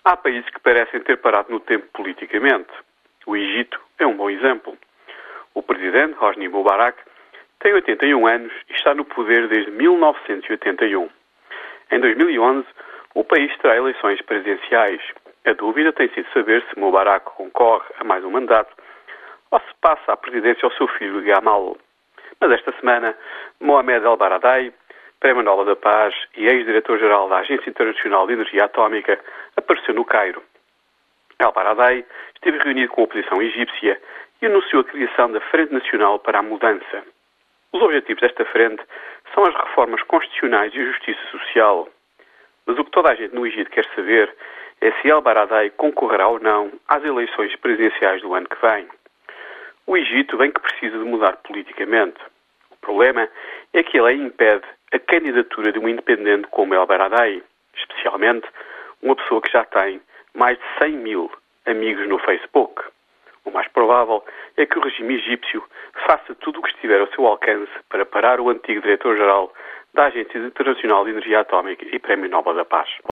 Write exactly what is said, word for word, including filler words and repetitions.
Há países que parecem ter parado no tempo politicamente. O Egito é um bom exemplo. O presidente, Hosni Mubarak, tem oitenta e um anos e está no poder desde mil novecentos e oitenta e um. Em dois mil e onze, o país terá eleições presidenciais. A dúvida tem sido saber se Mubarak concorre a mais um mandato ou se passa a presidência ao seu filho Gamal. Mas esta semana, Mohamed El-Baradei, Prémio Nobel da Paz e ex-diretor-geral da Agência Internacional de Energia Atómica, apareceu no Cairo. El-Baradei esteve reunido com a oposição egípcia e anunciou a criação da Frente Nacional para a Mudança. Os objetivos desta frente são as reformas constitucionais e a justiça social. Mas o que toda a gente no Egito quer saber é se El-Baradei concorrerá ou não às eleições presidenciais do ano que vem. O Egito bem que precisa de mudar politicamente. O problema é que a lei impede a candidatura de um independente como El-Baradei, especialmente uma pessoa que já tem mais de cem mil amigos no Facebook. O mais provável é que o regime egípcio faça tudo o que estiver ao seu alcance para parar o antigo diretor-geral da Agência Internacional de Energia Atómica e Prémio Nobel da Paz.